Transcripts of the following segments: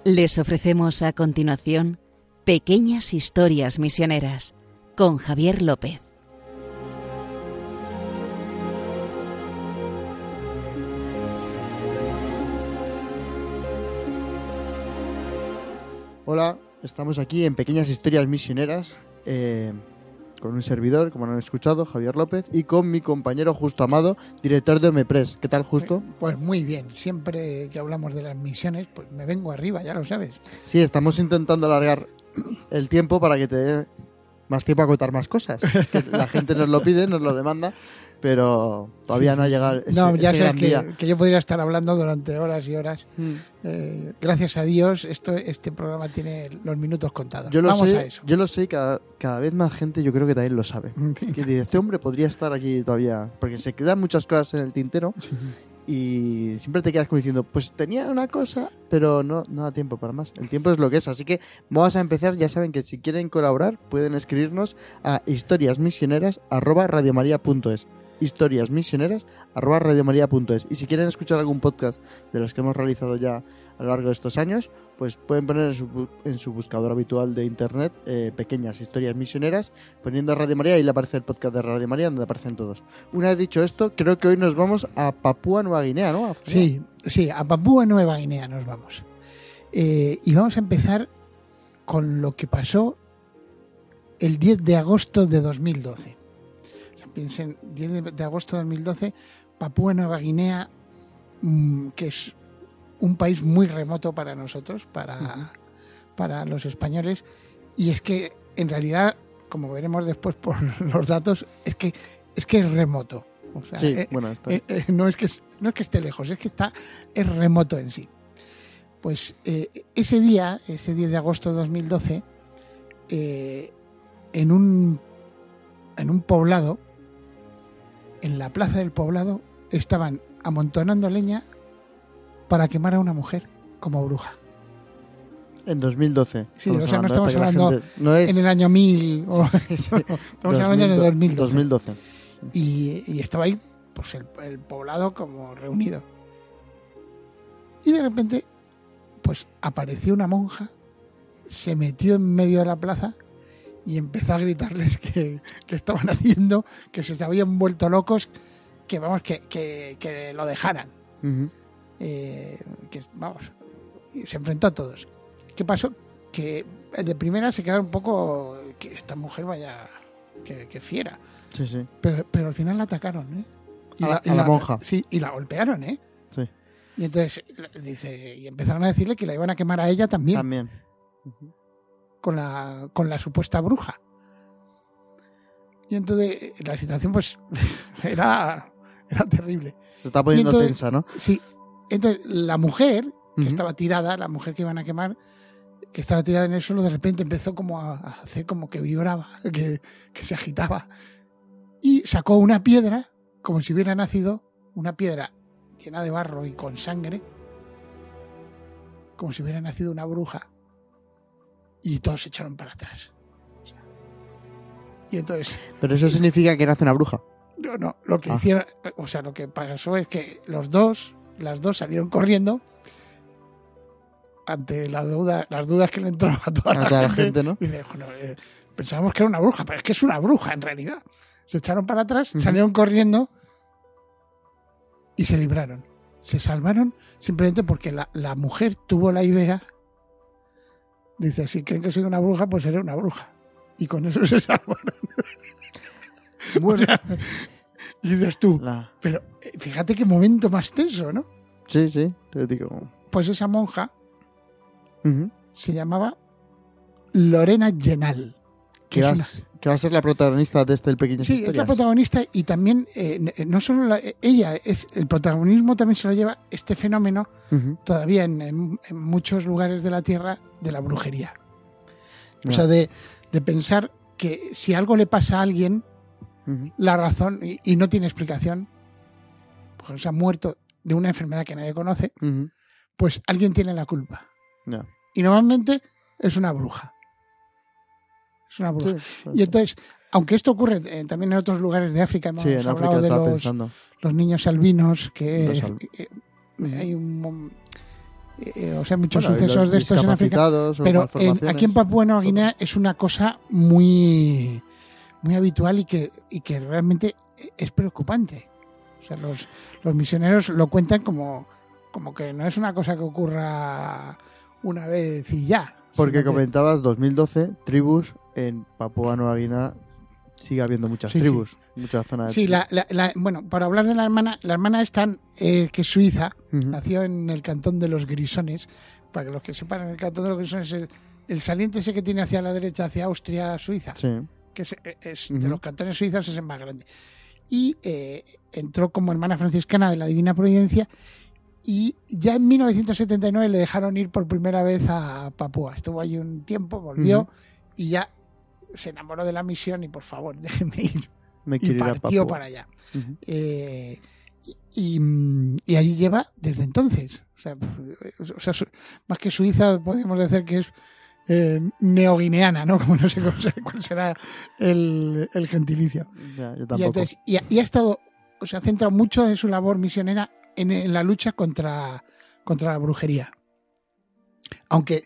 Les ofrecemos a continuación Pequeñas Historias Misioneras con Javier López. Hola, estamos aquí en Pequeñas Historias Misioneras con un servidor, como han escuchado, Javier López, y con mi compañero Justo Amado, director de OMEPRES. ¿Qué tal, Justo? Pues muy bien, siempre que hablamos de las misiones, pues me vengo arriba, ya lo sabes. Sí, estamos intentando alargar el tiempo para que te dé más tiempo a contar más cosas. Que la gente nos lo pide, nos lo demanda, pero todavía no ha llegado ese gran día. Que yo podría estar hablando durante horas y horas. Gracias a Dios, este programa tiene los minutos contados. Vamos a eso. Yo lo sé, cada vez más gente yo creo que también lo sabe. Que dice, este hombre podría estar aquí todavía, porque se quedan muchas cosas en el tintero. Sí. Y siempre te quedas como diciendo, pues tenía una cosa, pero no da tiempo para más. El tiempo es lo que es, así que vamos a empezar. Ya saben que si quieren colaborar pueden escribirnos a historiasmisioneras@radiomaria.es historiasmisioneras@radiomaria.es. Y si quieren escuchar algún podcast de los que hemos realizado ya a lo largo de estos años, pues pueden poner en su buscador habitual de internet Pequeñas Historias Misioneras, poniendo Radio María y le aparece el podcast de Radio María donde aparecen todos. Una vez dicho esto, creo que hoy nos vamos a Papúa Nueva Guinea, ¿no? Sí, a Papúa Nueva Guinea nos vamos. Y vamos a empezar con lo que pasó el 10 de agosto de 2012. Piensen, 10 de agosto de 2012, Papúa Nueva Guinea, que es un país muy remoto para nosotros, para los españoles, y es que en realidad, como veremos después por los datos, es que es remoto. O sea, sí, bueno, está. No es que esté lejos, es que es remoto en sí. Pues ese 10 de agosto de 2012, en un poblado, en la plaza del poblado, estaban amontonando leña para quemar a una mujer como bruja. En 2012. Sí, o sea, no estamos hablando en el año 1000. Estamos hablando en el 2012. Y estaba ahí pues el poblado como reunido. Y de repente, pues apareció una monja, se metió en medio de la plaza y empezó a gritarles que estaban haciendo, que se habían vuelto locos, que lo dejaran. Uh-huh. Se enfrentó a todos. ¿Qué pasó? Que de primera se quedaron un poco, que esta mujer vaya, que fiera. Sí, sí. Pero al final la atacaron, ¿eh? A la monja. Sí, y la golpearon, ¿eh? Sí. Y entonces y empezaron a decirle que la iban a quemar a ella también. También. Uh-huh. Con la supuesta bruja. Y entonces la situación pues era terrible. Se está poniendo tensa, ¿no? Sí. Entonces la mujer que estaba tirada, la mujer que iban a quemar, que estaba tirada en el suelo, de repente empezó como a hacer como que vibraba, que se agitaba. Y sacó una piedra, como si hubiera nacido, una piedra llena de barro y con sangre, como si hubiera nacido una bruja. Y todos se echaron para atrás. Y entonces... ¿Pero eso significa que nace una bruja? No, lo que hicieron... O sea, lo que pasó es que las dos salieron corriendo ante las dudas que le entraron a toda la gente, ¿no? Y dice, bueno, pensábamos que era una bruja, pero es que es una bruja en realidad. Se echaron para atrás, salieron corriendo y se libraron. Se salvaron simplemente porque la mujer tuvo la idea. Dice, si creen que soy una bruja, pues seré una bruja. Y con eso se salvaron. Bueno. O sea, y dices tú, pero fíjate qué momento más tenso, ¿no? Sí, te digo. Pues esa monja se llamaba Lorena Yenal. Que va a ser la protagonista de este Pequeñas Historias. Sí, es la protagonista y también, no solo ella, el protagonismo también se lo lleva este fenómeno todavía en muchos lugares de la Tierra de la brujería. O sea, de pensar que si algo le pasa a alguien, la razón, y no tiene explicación, porque se ha muerto de una enfermedad que nadie conoce, pues alguien tiene la culpa. No. Y normalmente es una bruja. Es una bruja. Sí. Y entonces, aunque esto ocurre también en otros lugares de África, hemos hablado de los niños albinos, que hay o sea, muchos sucesos de estos en África, pero aquí en Papúa Nueva Guinea es una cosa muy, muy habitual y que realmente es preocupante. O sea, los misioneros lo cuentan como que no es una cosa que ocurra una vez y ya. Porque comentabas 2012, tribus en Papúa Nueva Guinea, sigue habiendo muchas tribus, muchas zonas. Sí, bueno, para hablar de la hermana está, que es suiza, nació en el cantón de los Grisones. Para que los que sepan, en el cantón de los Grisones, el saliente ese que tiene hacia la derecha, hacia Austria, Suiza, que es de los cantones suizos, es el más grande. Y entró como hermana franciscana de la Divina Providencia. Y ya en 1979 le dejaron ir por primera vez a Papúa. Estuvo allí un tiempo, volvió y ya se enamoró de la misión y por favor, déjenme ir. Y partió para allá. Y allí lleva desde entonces. O sea, más que suiza, podemos decir que es neoguineana, ¿no? Como no sé cuál será el gentilicio. Ya, yo tampoco. Y ha estado, o sea, ha centrado mucho de su labor misionera en la lucha contra la brujería. Aunque,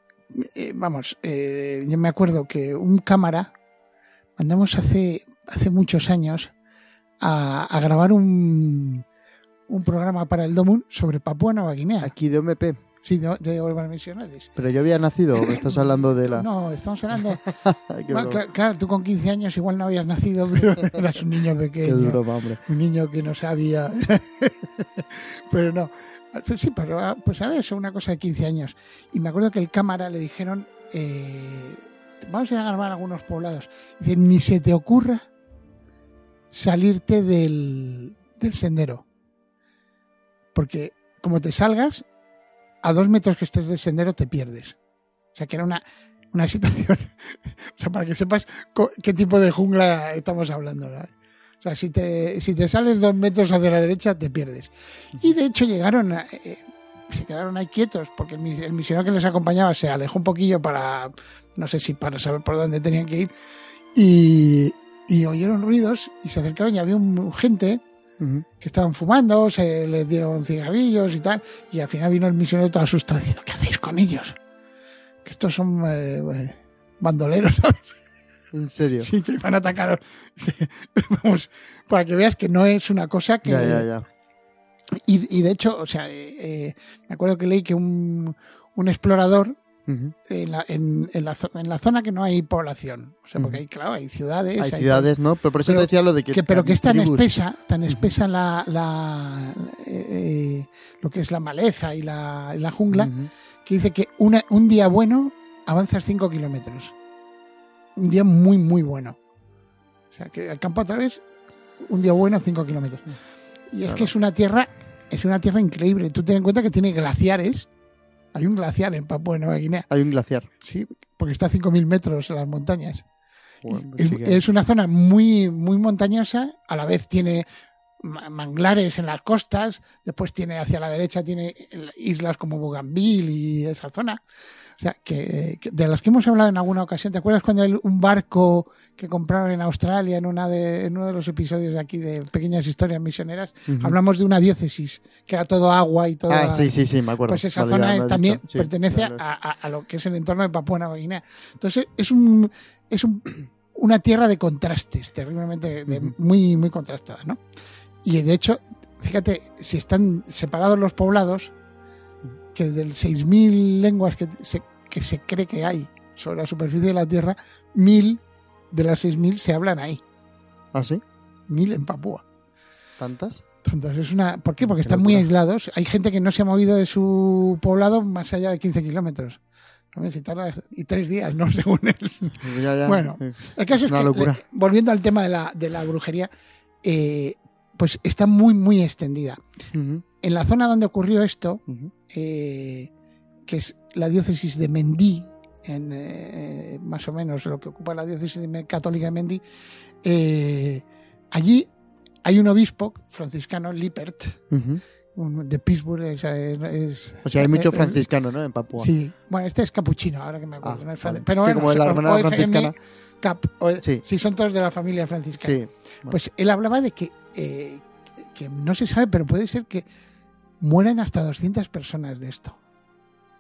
yo me acuerdo que un cámara mandamos hace muchos años a grabar un programa para el DOMUN sobre Papúa Nueva Guinea. Aquí de OMP. Sí, de Obras Misionales. Pero yo había nacido, ¿o me estás hablando de la...? No, estamos hablando... claro, tú con 15 años igual no habías nacido, pero eras un niño pequeño. Qué duro, hombre. Un niño que no sabía. Pero no. Sí, pero pues ahora es una cosa de 15 años. Y me acuerdo que el cámara le dijeron, vamos a ir a grabar algunos poblados. Dice, ni se te ocurra salirte del sendero. Porque como te salgas, a 2 metros que estés del sendero te pierdes. O sea, que era una situación... O sea, para que sepas qué tipo de jungla estamos hablando, ¿no? O sea, si te sales 2 metros hacia la derecha, te pierdes. Y de hecho se quedaron ahí quietos, porque el misionero que les acompañaba se alejó un poquillo no sé si para saber por dónde tenían que ir, y oyeron ruidos y se acercaron y había gente... que estaban fumando, se les dieron cigarrillos y tal, y al final vino el misionero todo asustado diciendo, ¿qué hacéis con ellos? Que estos son bandoleros, ¿sabes? ¿En serio? Sí, que van a atacar. Vamos, para que veas que no es una cosa que... Ya. Y de hecho, o sea, me acuerdo que leí que un explorador en la zona que no hay población, o sea, porque hay ciudades. Hay ciudades, ¿no? Pero por eso te decía lo de que es tan espesa lo que es la maleza y la jungla, que dice que un día bueno avanzas 5 kilómetros. Un día muy, muy bueno. O sea, que al campo a través, un día bueno, 5 kilómetros. Y es que es una tierra increíble. Tú ten en cuenta que tiene glaciares. Hay un glaciar en Papúa Nueva Guinea. Hay un glaciar. Sí, porque está a 5.000 metros en las montañas. Bueno, es una zona muy, muy montañosa. A la vez tiene manglares en las costas. Después tiene hacia la derecha tiene islas como Bougainville y esa zona. O sea, que de las que hemos hablado en alguna ocasión. ¿Te acuerdas cuando un barco que compraron en Australia en uno de los episodios de aquí de Pequeñas Historias Misioneras? Hablamos de una diócesis que era todo agua y todo. Sí, me acuerdo. Pues esa zona también pertenece a lo que es el entorno de Papúa Nueva Guinea. Entonces es una tierra de contrastes, terriblemente muy, muy contrastada, ¿no? Y de hecho, fíjate, si están separados los poblados, que de 6.000 lenguas que se cree que hay sobre la superficie de la Tierra, 1.000 de las 6.000 se hablan ahí. ¿Ah, sí? 1.000 en Papúa. ¿Tantas? ¿Por qué? Porque están muy aislados. Hay gente que no se ha movido de su poblado más allá de 15 kilómetros. Y 3 días, ¿no? Según él. Ya. Bueno, el caso es que, locura. Volviendo al tema de la brujería, pues está muy, muy extendida. En la zona donde ocurrió esto, que es la diócesis de Mendí, más o menos lo que ocupa la diócesis católica de Mendí, allí hay un obispo franciscano, Lippert, de Pittsburgh. O sea, hay mucho franciscano, ¿no? En Papúa. Sí, bueno, este es capuchino, ahora que me acuerdo. Vale. Pero bueno, como la hermana franciscana. Sí, son todos de la familia franciscana. Sí. Bueno. Pues él hablaba de que no se sabe, pero puede ser que mueran hasta 200 personas de esto.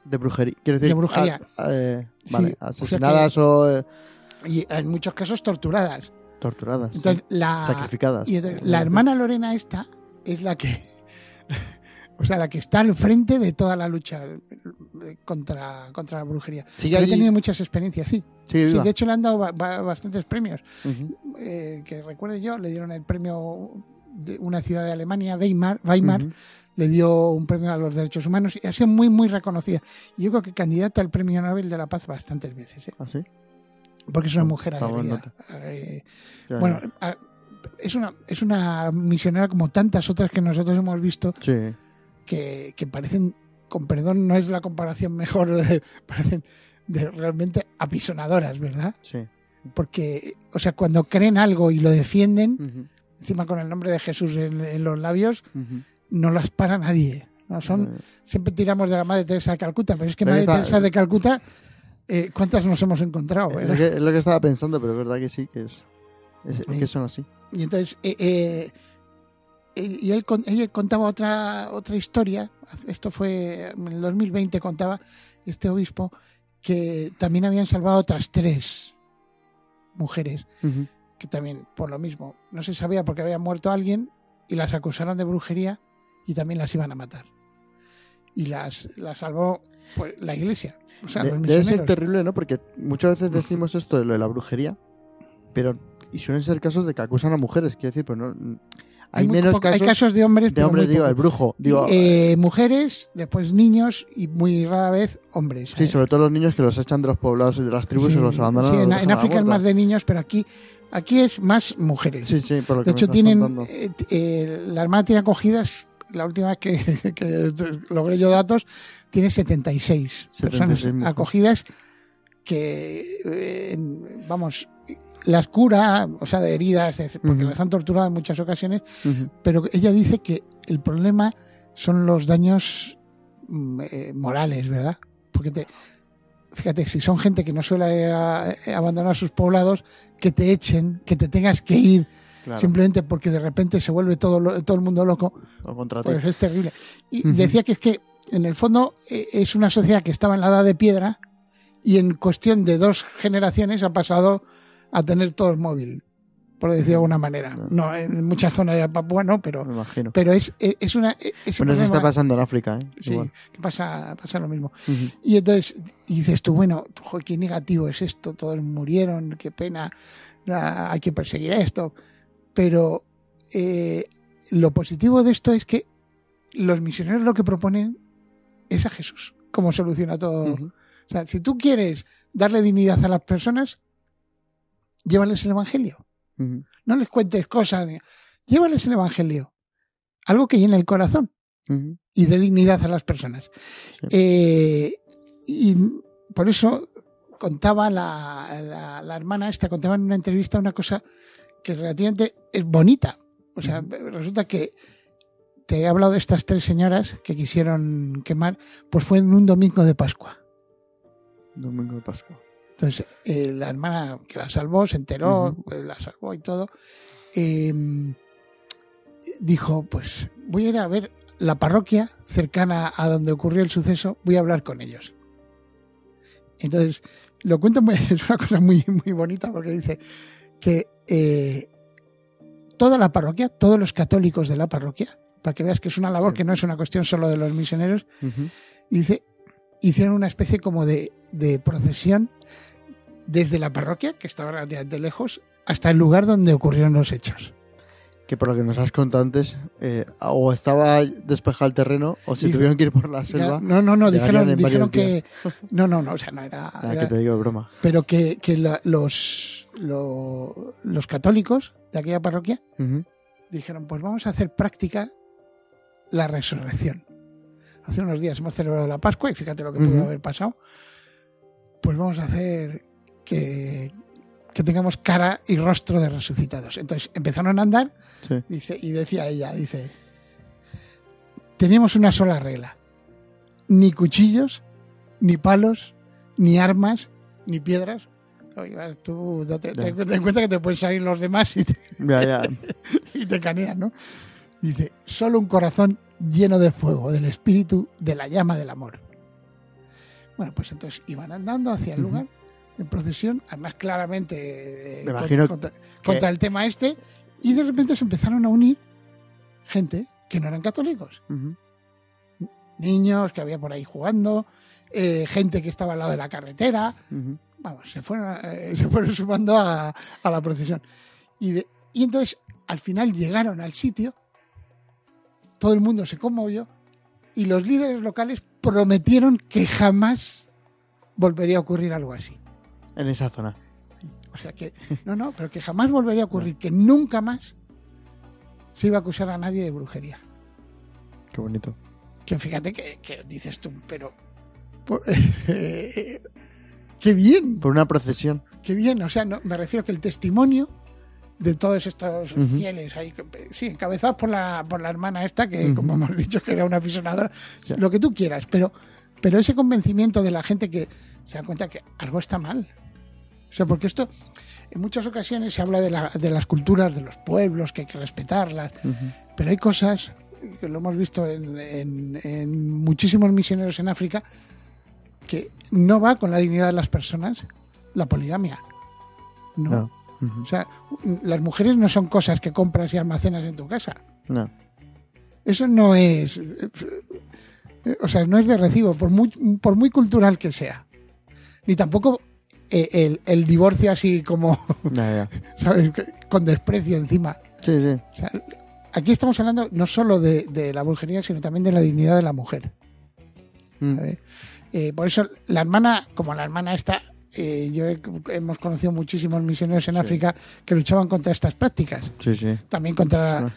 De brujería. Quiero decir, de brujería. Vale, Sí, asesinadas Y en muchos casos torturadas. torturadas. Entonces, Sí. Sacrificadas. Y entonces, la hermana Lorena esta es la que... O sea, la que está al frente de toda la lucha contra la brujería. Sigue Pero allí. he tenido muchas experiencias, sí. Sigue Sí, viva. de hecho le han dado bastantes premios. Ujú. Que recuerde yo, le dieron el premio de una ciudad de Alemania, Weimar, Ujú. le dio un premio a los derechos humanos y ha sido muy, muy reconocida. Y yo creo que candidata al premio Nobel de la Paz bastantes veces, ¿eh? ¿Ah, sí? Porque es una mujer Está aguerrida. buena Ya, Bueno, ya. es una misionera como tantas otras que nosotros hemos visto Sí. que parecen, con perdón, no es la comparación mejor, parecen realmente apisonadoras, ¿verdad? Sí. Porque, o sea, cuando creen algo y lo defienden, Ujú. encima con el nombre de Jesús en los labios, Ujú. no las para nadie. ¿No? Siempre tiramos de la Madre Teresa de Calcuta, pero es que Pero Madre esta- Teresa de Calcuta, ¿cuántas nos hemos encontrado? Es ¿verdad? lo que estaba pensando, pero es verdad que sí, que que son así. Y entonces, y ella contaba otra historia, esto fue en el 2020, contaba este obispo, que también habían salvado otras 3 mujeres, Ujú. que también, por lo mismo, no se sabía porque había muerto alguien y las acusaron de brujería y también las iban a matar. Y las salvó pues, la iglesia, o sea, los Debe misioneros. ser terrible, ¿no? Porque muchas veces decimos esto de lo de la brujería, pero y suelen ser casos de que acusan a mujeres, quiero decir, pero no hay muy menos poco- hay casos casos de hombres, de pero hombres, muy digo, poco. el brujo, digo, Mujeres, después niños y muy rara vez hombres. sí, sobre todo los niños que los echan de los poblados y de las tribus y Sí, los abandonan. sí, los en dejan a la África es muerta. más de niños, pero aquí es más mujeres. Sí, sí, por lo que De me hecho, estás tienen contando. la hermana tiene acogidas, la última vez que logré yo datos, tiene 76 personas 76 mujeres. acogidas que, vamos, las cura, o sea, de heridas, porque Ujú. las han torturado en muchas ocasiones, Ujú. pero ella dice que el problema son los daños morales, ¿verdad? Porque fíjate, si son gente que no suele abandonar sus poblados, que te echen, que te tengas que ir Claro, simplemente porque de repente se vuelve todo el mundo loco, o contra ti. pues es terrible. Y Ujú. decía que es que en el fondo es una sociedad que estaba en la edad de piedra y en cuestión de 2 generaciones ha pasado a tener todo el móvil, por decir de alguna manera. No, en muchas zonas de Papúa no, pero Me imagino. es una... Bueno, eso está pasando en África, ¿eh? Sí, Igual. que pasa lo mismo. Ujú. Y entonces y dices tú, bueno, joder, qué negativo es esto, todos murieron, qué pena, hay que perseguir esto. Pero lo positivo de esto es que los misioneros lo que proponen es a Jesús como soluciona todo. Ujú. O sea, si tú quieres darle dignidad a las personas, llévales el Evangelio. Ujú. No les cuentes cosas, llévales el Evangelio. Algo que llene el corazón Ujú. y dé dignidad a las personas. Sí. Y por eso contaba la hermana esta, contaba en una entrevista una cosa que relativamente es bonita. O sea, resulta que te he hablado de estas 3 señoras que quisieron quemar, pues fue en un domingo de Pascua. Domingo de Pascua. Entonces, la hermana que la salvó, se enteró, Ujú. la salvó y todo, dijo, pues voy a ir a ver la parroquia cercana a donde ocurrió el suceso, voy a hablar con ellos. Entonces, lo cuento, es una cosa muy, muy bonita porque dice que toda la parroquia, todos los católicos de la parroquia, para que veas que es una labor que no es una cuestión solo de los misioneros, Ujú. dice, hicieron una especie como de procesión desde la parroquia, que estaba relativamente lejos, hasta el lugar donde ocurrieron los hechos. Que por lo que nos has contado antes, o estaba despejado el terreno, o si Dice- tuvieron que ir por la selva. No, llegarían en dijeron varios que... días. No, o sea, no era... Nada, era- que te digo de broma. pero que los católicos de aquella parroquia Ujú. dijeron, pues vamos a hacer práctica la resurrección. Hace unos días hemos celebrado la Pascua y fíjate lo que pudo Ujú. haber pasado. Pues vamos a hacer que tengamos cara y rostro de resucitados. Entonces empezaron a andar, Sí. y decía ella, teníamos una sola regla: ni cuchillos, ni palos, ni armas, ni piedras. Oye, tú ten en cuenta que te pueden salir los demás Ya. y te canean, ¿no? Dice, solo un corazón lleno de fuego, del espíritu, de la llama del amor. Bueno, pues entonces iban andando hacia el lugar en procesión, además claramente Me imagino contra el tema este, y de repente se empezaron a unir gente que no eran católicos. Niños que había por ahí jugando, gente que estaba al lado de la carretera. Vamos, se fueron sumando a la procesión. Y entonces, al final llegaron al sitio, todo el mundo se conmovió y los líderes locales prometieron que jamás volvería a ocurrir algo así. En esa zona. O sea que, pero que jamás volvería a ocurrir, que nunca más se iba a acusar a nadie de brujería. Qué bonito. Que fíjate que dices tú, pero... ¡qué bien! Por una procesión. ¡Qué bien! O sea, me refiero que el testimonio de todos estos fieles ahí, sí, encabezados por la hermana esta, que como hemos dicho que era una apisonadora, lo que tú quieras, pero ese convencimiento de la gente que se da cuenta que algo está mal. O sea, porque esto, en muchas ocasiones se habla de las culturas de los pueblos, que hay que respetarlas, pero hay cosas, que lo hemos visto en muchísimos misioneros en África, que no va con la dignidad de las personas la poligamia. No. O sea, las mujeres no son cosas que compras y almacenas en tu casa. No. Eso no es... O sea, no es de recibo, por muy cultural que sea. Ni tampoco el divorcio así como... ¿sabes? Con desprecio encima. Sí, sí. O sea, aquí estamos hablando no solo de la brujería, sino también de la dignidad de la mujer. Por eso la hermana esta, hemos conocido muchísimos misioneros en África que luchaban contra estas prácticas. Sí, sí. También contra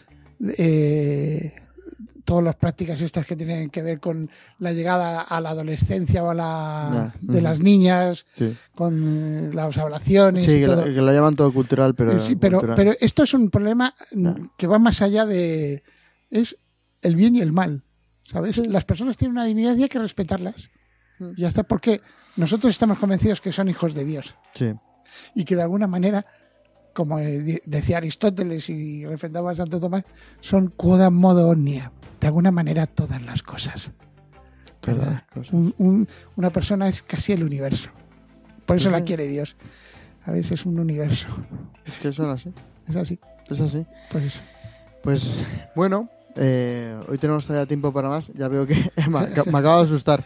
todas las prácticas estas que tienen que ver con la llegada a la adolescencia o de las niñas, con las ablaciones. Sí, y todo. Que lo llaman todo cultural, pero... Sí, pero esto es un problema que va más allá de... Es el bien y el mal, ¿sabes? Las personas tienen una dignidad y hay que respetarlas. Y ya está, porque nosotros estamos convencidos que son hijos de Dios. Sí. Y que de alguna manera, como decía Aristóteles y refrendaba a Santo Tomás, son quodam modo omnia. De alguna manera todas las cosas. ¿Verdad? Una persona es casi el universo. Por eso la quiere Dios. A veces es un universo. Es que son así. Es así. Es así. Pues eso. Pues bueno... hoy tenemos todavía tiempo para más. Ya veo que me acabo de asustar.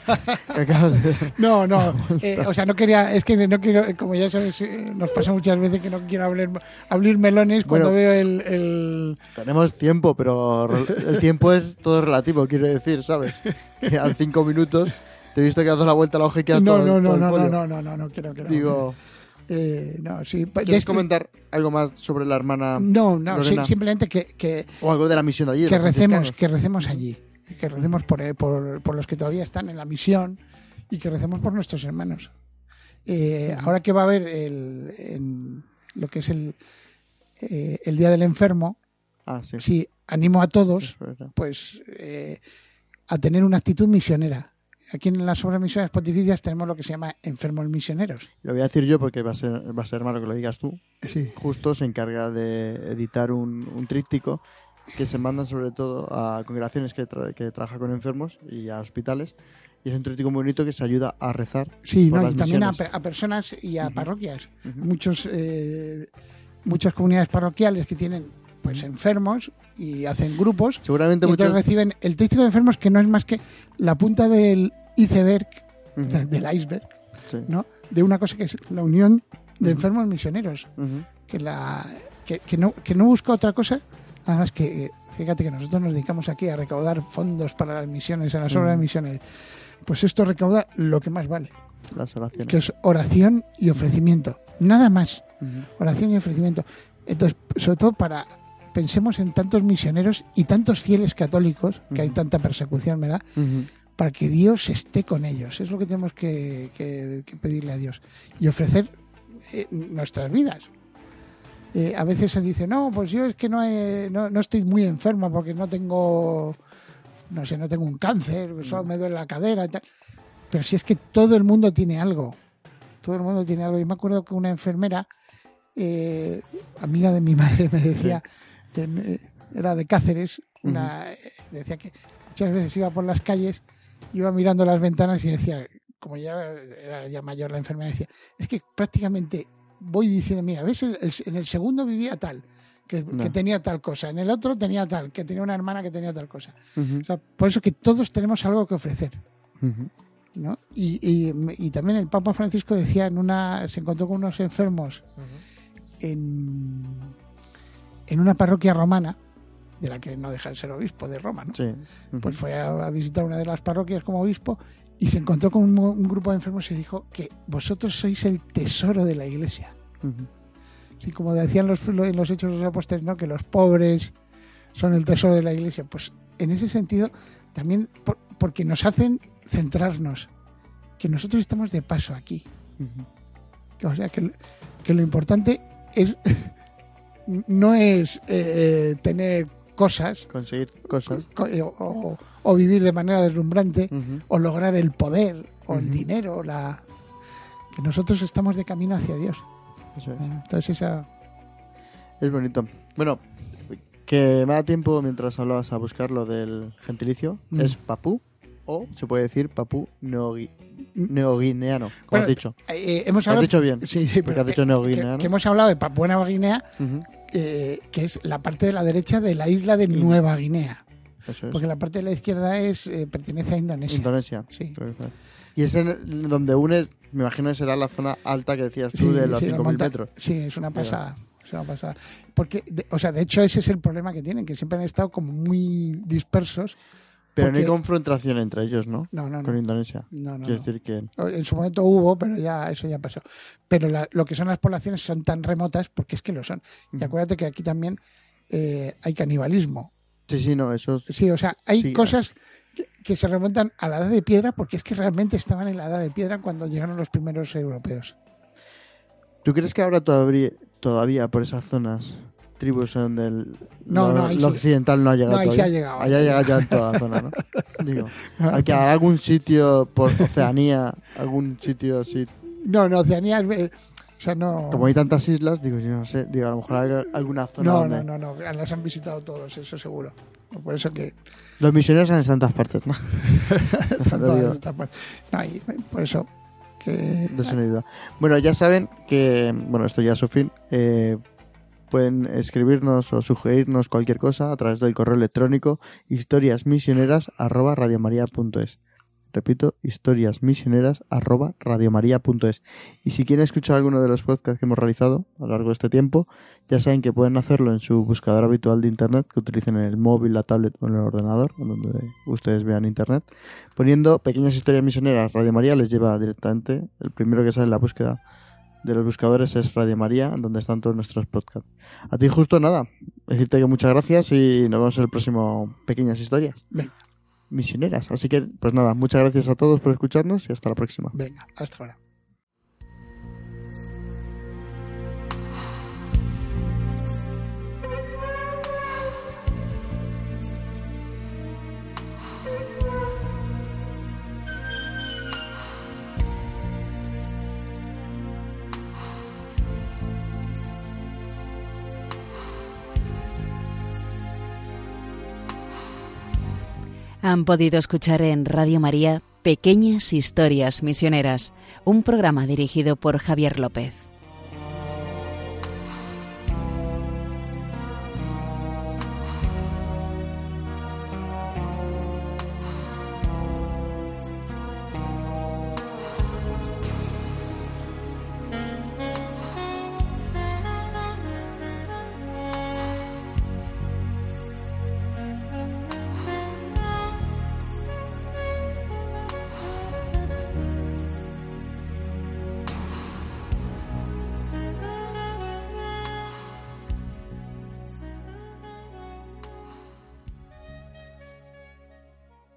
No, o sea, no quería, es que no quiero, como ya sabes, nos pasa muchas veces que no quiero abrir melones cuando veo el... Tenemos tiempo, pero el tiempo es todo relativo, quiero decir, ¿sabes? Que a 5 minutos te he visto que haces la vuelta a la hoja y queda todo el folio. No quiero. Digo... sí. ¿Quieres comentar algo más sobre la hermana? No, simplemente que o algo de la misión de allí. Que recemos allí, que recemos por los que todavía están en la misión y que recemos por nuestros hermanos. Ahora que va a haber lo que es el Día del Enfermo, sí, animo a todos pues a tener una actitud misionera. Aquí en las obras misiones pontificias tenemos lo que se llama enfermos misioneros. Lo voy a decir yo porque va a ser malo que lo digas tú. Sí. Justo se encarga de editar un tríptico que se mandan sobre todo a congregaciones que trabajan con enfermos y a hospitales. Y es un tríptico muy bonito que se ayuda a rezar. Sí, por y también a personas y a parroquias. Muchas comunidades parroquiales que tienen pues enfermos y hacen grupos. Seguramente muchos reciben el tríptico de enfermos, que no es más que la punta del iceberg, del iceberg, ¿no? De una cosa que es la unión de enfermos misioneros, que no busca otra cosa, además que fíjate que nosotros nos dedicamos aquí a recaudar fondos para las misiones, en las obras misiones. Pues esto recauda lo que más vale, las oraciones, que es oración y ofrecimiento, nada más. Oración y ofrecimiento. Entonces, sobre todo pensemos en tantos misioneros y tantos fieles católicos, que hay tanta persecución, ¿verdad? Para que Dios esté con ellos. Es lo que tenemos que pedirle a Dios. Y ofrecer nuestras vidas. A veces se dice, no, pues yo es que no estoy muy enfermo porque no tengo un cáncer, solo me duele la cadera y tal. Pero si es que todo el mundo tiene algo. Todo el mundo tiene algo. Y me acuerdo que una enfermera, amiga de mi madre, me decía, era de Cáceres, decía que muchas veces iba por las calles, iba mirando las ventanas y decía, como ya era ya mayor la enfermedad, decía, es que prácticamente voy diciendo, mira, ¿ves? En el segundo vivía tal, que tenía tal cosa, en el otro tenía tal, que tenía una hermana que tenía tal cosa. O sea, por eso que todos tenemos algo que ofrecer. ¿No? Y también el Papa Francisco decía, se encontró con unos enfermos en una parroquia romana, de la que no deja de ser obispo de Roma, ¿no? Sí. Pues fue a visitar una de las parroquias como obispo y se encontró con un grupo de enfermos y dijo que vosotros sois el tesoro de la Iglesia. Así como decían en los Hechos de los Apóstoles, ¿no? Que los pobres son el tesoro de la Iglesia. Pues en ese sentido también porque nos hacen centrarnos, que nosotros estamos de paso aquí. O sea, que lo importante es no es tener cosas, conseguir cosas o vivir de manera deslumbrante, o lograr el poder o el dinero, que nosotros estamos de camino hacia Dios. Eso es. Entonces es bonito. Bueno, que me da tiempo mientras hablabas a buscar lo del gentilicio. Es papú, o se puede decir papú neoguineano, como bueno, has dicho. Hemos hablado, has dicho bien, sí, porque has dicho neoguineano. Que hemos hablado de Papúa Nueva Guinea, que es la parte de la derecha de la isla de Nueva Guinea. Eso es. Porque la parte de la izquierda pertenece a Indonesia. Indonesia. Sí. Y es donde une, me imagino que será la zona alta que decías tú, de los 5.000 metros. Sí, es una pasada. Porque, de hecho, ese es el problema que tienen, que siempre han estado como muy dispersos. Pero no hay confrontación entre ellos, ¿no? No. Con Indonesia. No. Quiero decir que... En su momento hubo, pero eso ya pasó. Pero lo que son las poblaciones son tan remotas, porque es que lo son. Y acuérdate que aquí también hay canibalismo. Sí, no, eso... Sí, o sea, hay cosas que se remontan a la Edad de Piedra, porque es que realmente estaban en la Edad de Piedra cuando llegaron los primeros europeos. ¿Tú crees que ahora todavía por esas zonas tribus donde lo occidental no ha llegado? No, ahí todavía? sí ha llegado. Ahí ha llegado ya en toda la zona, ¿no? Digo, hay que haber algún sitio por Oceanía, algún sitio así. No, Oceanía o sea, no. Como hay tantas islas, digo, yo no sé, a lo mejor hay alguna zona No, las han visitado todos, eso seguro. Por eso que... Los misioneros han estado en todas partes, ¿no? Por eso que... De sonido. Bueno, ya saben que, esto ya es su fin, pueden escribirnos o sugerirnos cualquier cosa a través del correo electrónico historiasmisioneras@radiomaria.es. Repito, historiasmisioneras@radiomaria.es. Y si quieren escuchar alguno de los podcasts que hemos realizado a lo largo de este tiempo, ya saben que pueden hacerlo en su buscador habitual de internet que utilicen en el móvil, la tablet o en el ordenador, donde ustedes vean internet. Poniendo Pequeñas Historias Misioneras Radio María les lleva directamente. El primero que sale en la búsqueda de los buscadores es Radio María, donde están todos nuestros podcasts. A ti, justo nada, decirte que muchas gracias y nos vemos en el próximo Pequeñas Historias Misioneras. Así que, pues nada, muchas gracias a todos por escucharnos y hasta la próxima. Venga, hasta ahora. Han podido escuchar en Radio María Pequeñas Historias Misioneras, un programa dirigido por Javier López.